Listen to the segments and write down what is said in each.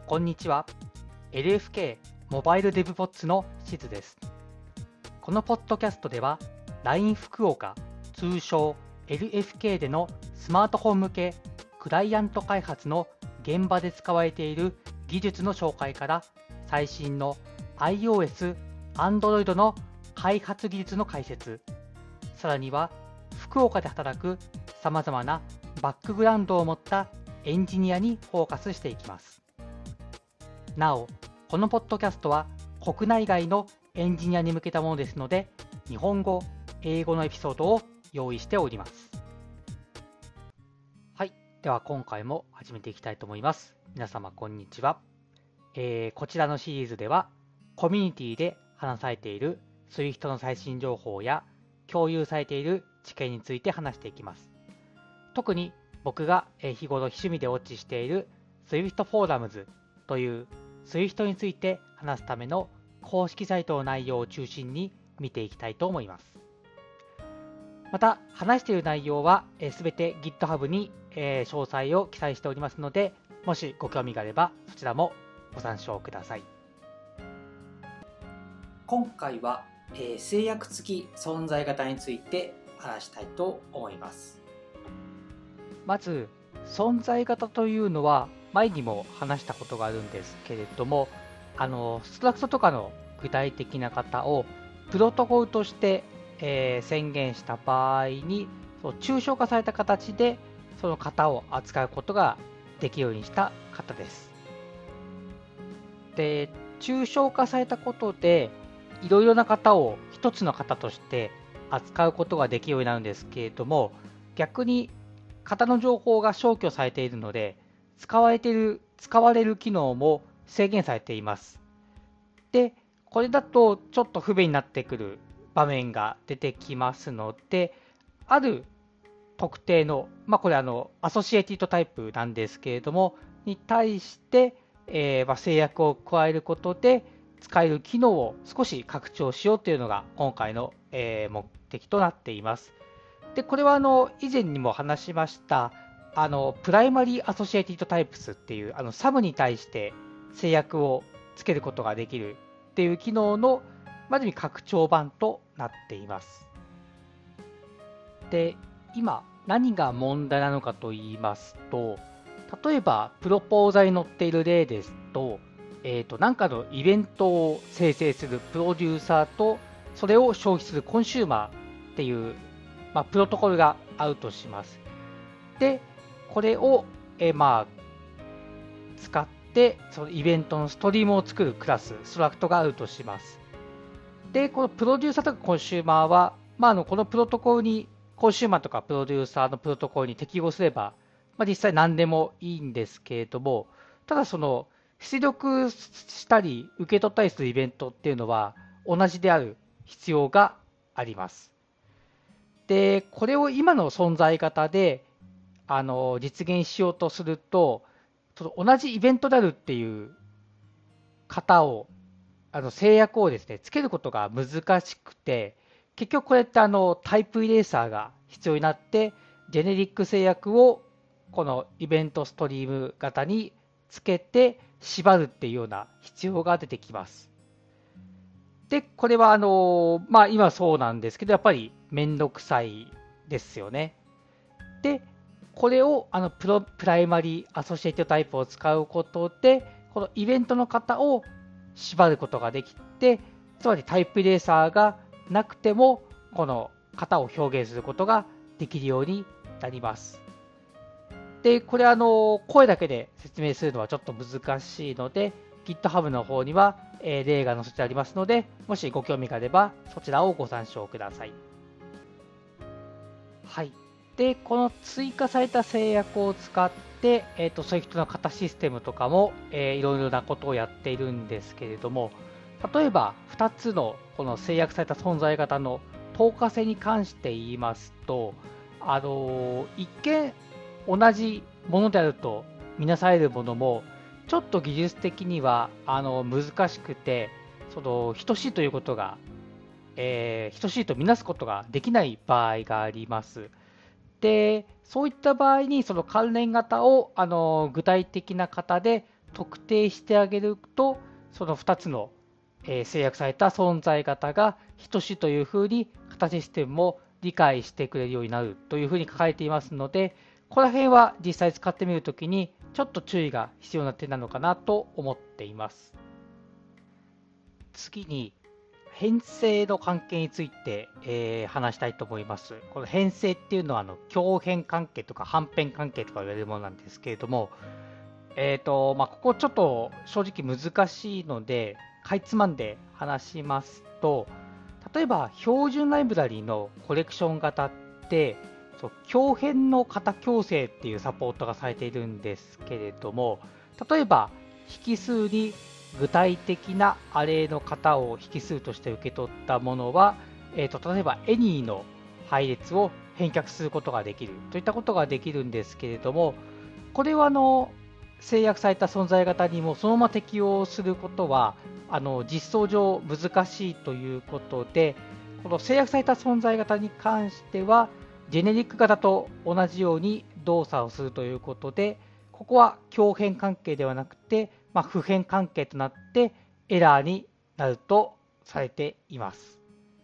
こんにちは。LFK モバイルデブボッツのしずです。このポッドキャストでは LINE 福岡、通称 LFK でのスマートフォン向けクライアント開発の現場で使われている技術の紹介から最新の iOS、Android の開発技術の解説、さらには福岡で働くさまざまなバックグラウンドを持ったエンジニアにフォーカスしていきます。なお、このポッドキャストは国内外のエンジニアに向けたものですので、日本語、英語のエピソードを用意しております。はい、では今回も始めていきたいと思います。皆様こんにちは。こちらのシリーズでは、コミュニティで話されている Swift の最新情報や共有されている知見について話していきます。特に僕が日頃趣味でウォッチしている Swift フォーラムズというSwift について話すための公式サイトの内容を中心に見ていきたいと思います。また、話している内容はすべて GitHub に詳細を記載しておりますので、もしご興味があればそちらもご参照ください。今回は制約付き存在型について話したいと思います。まず、存在型というのは前にも話したことがあるんですけれども、ストラクトとかの具体的な型をプロトコルとして、宣言した場合に、抽象化された形でその型を扱うことができるようにした型です。で、抽象化されたことで、いろいろな型を一つの型として扱うことができるようになるんですけれども、逆に型の情報が消去されているので、使われる機能も制限されています。で、これだとちょっと不便になってくる場面が出てきますので、ある特定の、これアソシエティドタイプなんですけれども、に対して、制約を加えることで、使える機能を少し拡張しようというのが今回の、目的となっています。で、これは以前にも話しましたプライマリーアソシエティドタイプスっていうサブに対して制約をつけることができるっていう機能のまずに拡張版となっています。で、今何が問題なのかと言いますと、例えばプロポーザーに載っている例ですと、何かのイベントを生成するプロデューサーとそれを消費するコンシューマーっていう、プロトコルがあるとします。で、これを、使ってそのイベントのストリームを作るクラス、ストラクトがあるとします。で、このプロデューサーとかコンシューマーは、このプロトコルに、コンシューマーとかプロデューサーのプロトコルに適合すれば、実際何でもいいんですけれども、ただ出力したり受け取ったりするイベントっていうのは同じである必要があります。で、これを今の存在型で実現しようとすると、同じイベントであるっていう型を、制約をですね、つけることが難しくて、結局これってタイプイレーサーが必要になって、ジェネリック制約をこのイベントストリーム型につけて縛るっていうような必要が出てきます。で、これは今そうなんですけど、やっぱりめんどくさいですよね。で、これをプライマリーアソシエイトタイプを使うことで、このイベントの型を縛ることができて、つまりタイプイレーサーがなくても、この型を表現することができるようになります。で、これ声だけで説明するのはちょっと難しいので、GitHub の方には例が載せてありますので、もしご興味があればそちらをご参照ください。はい。で、この追加された制約を使って、Swift の型システムとかも、いろいろなことをやっているんですけれども、例えば2つのこの制約された存在型の透過性に関して言いますと、一見同じものであるとみなされるものも、ちょっと技術的には難しくて、等しいということが、等しいとみなすことができない場合があります。で、そういった場合にその関連型を具体的な型で特定してあげると、その2つの、制約された存在型が等しいというふうに型システムも理解してくれるようになるというふうに書かれていますので、ここら辺は実際使ってみるときにちょっと注意が必要な点なのかなと思っています。次に編成の関係について、話したいと思います。この編成っていうのは強変関係とか反変関係とか言われるものなんですけれども、ここちょっと正直難しいので、かいつまんで話しますと、例えば標準ライブラリのコレクション型って、強変の型強制っていうサポートがされているんですけれども、例えば引数に具体的なアレイの型を引数として受け取ったものは、例えば any の配列を返却することができるといったことができるんですけれども、これは制約された存在型にもそのまま適用することは実装上難しいということで、この制約された存在型に関してはジェネリック型と同じように動作をするということで、ここは強変関係ではなくて、不変関係となってエラーになるとされています。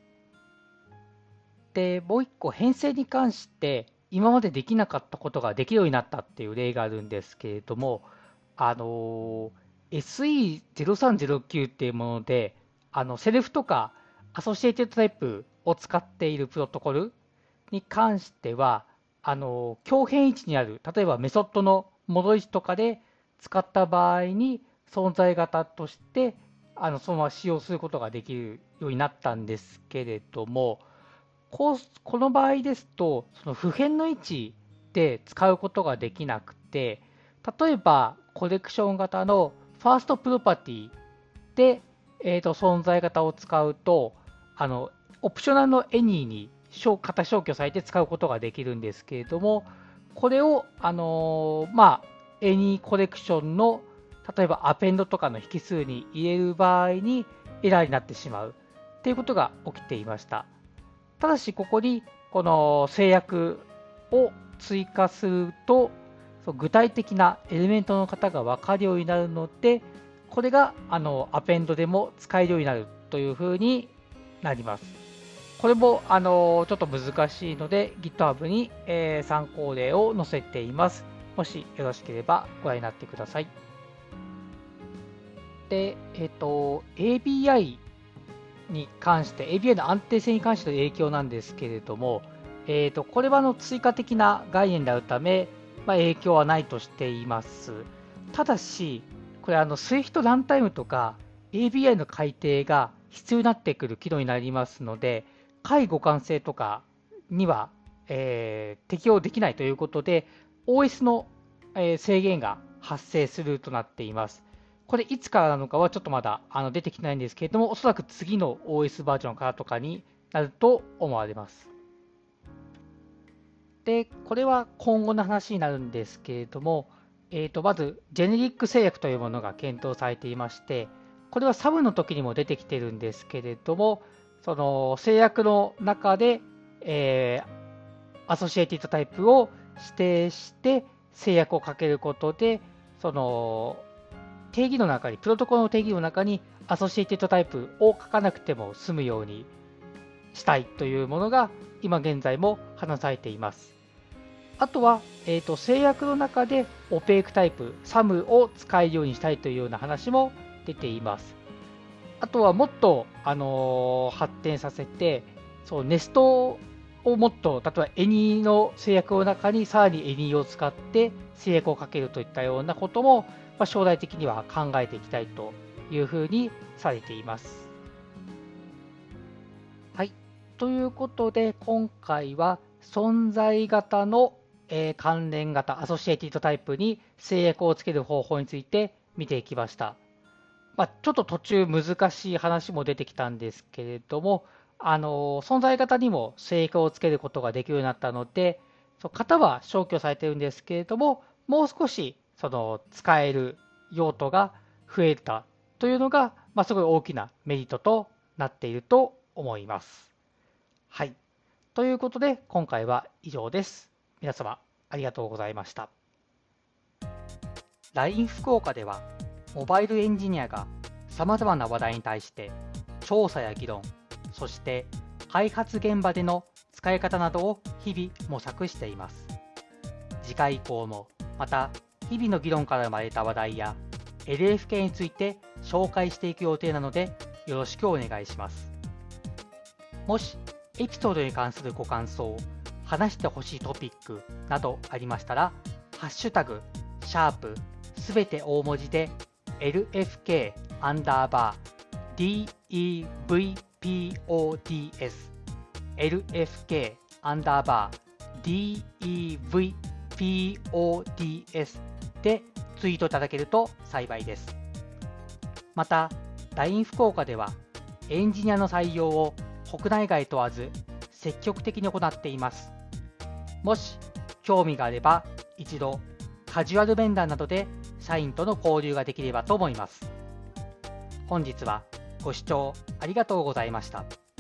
で、もう一個編成に関して今までできなかったことができるようになったっていう例があるんですけれども、SE0309 っていうもので、セルフとかアソシエイテッドタイプを使っているプロトコルに関しては、強変位置にある、例えばメソッドの戻り値とかで使った場合に存在型としてそのまま使用することができるようになったんですけれども、この場合ですと、その普遍の位置で使うことができなくて、例えばコレクション型のファーストプロパティで、存在型を使うと、オプショナルの any に型消去されて使うことができるんですけれども、これを、any コレクションの例えばアペンドとかの引数に入れる場合にエラーになってしまうということが起きていました。ただし、ここにこの制約を追加すると、具体的なエレメントの型が分かるようになるので、これがアペンドでも使えるようになるというふうになります。これもちょっと難しいので、GitHub に、参考例を載せています。もしよろしければご覧になってください。で、ABI に関して、ABI の安定性に関しての影響なんですけれども、これは追加的な概念であるため、影響はないとしています。ただし、これSWIFT ランタイムとか ABI の改定が必要になってくる機能になりますので、解互換性とかには、適用できないということで、OS の、制限が発生するとなっています。これいつからなのかはちょっとまだ出てきてないんですけれども、おそらく次の OS バージョンからとかになると思われます。で、これは今後の話になるんですけれども、まず、ジェネリック制約というものが検討されていまして、これはサブの時にも出てきてるんですけれども、その制約の中で、アソシエイティドタイプを指定して制約をかけることで、その定義の中に、プロトコルの定義の中にアソシエイテッドタイプを書かなくても済むようにしたいというものが今現在も話されています。あとは、制約の中でオペークタイプ、SAM を使えるようにしたいというような話も出ています。あとはもっと、発展させて、そうネストをもっと、例えば Any の制約の中にさらに Any を使って制約をかけるといったようなことも、将来的には考えていきたいというふうにされています。はい。ということで、今回は存在型の、関連型、アソシエイティドタイプに制約をつける方法について見ていきました。ちょっと途中難しい話も出てきたんですけれども、存在型にも制約をつけることができるようになったので、型は消去されているんですけれども、もう少し使える用途が増えたというのが、すごい大きなメリットとなっていると思います。はい。ということで、今回は以上です。皆様、ありがとうございました。 LINE 福岡では、モバイルエンジニアが様々な話題に対して調査や議論、そして開発現場での使い方などを日々模索しています。次回以降もまた日々の議論から生まれた話題や LFK について紹介していく予定なのでよろしくお願いします。もしエピソードに関するご感想、話してほしいトピックなどありましたら、ハッシュタグ、シャープ、すべて大文字で LFK アンダーバー DEVPODS LFK アンダーバー DEVPODS でツイートいただけると幸いです。また、LINE 福岡ではエンジニアの採用を国内外問わず積極的に行っています。もし興味があれば一度カジュアル面談などで社員との交流ができればと思います。本日はご視聴ありがとうございました。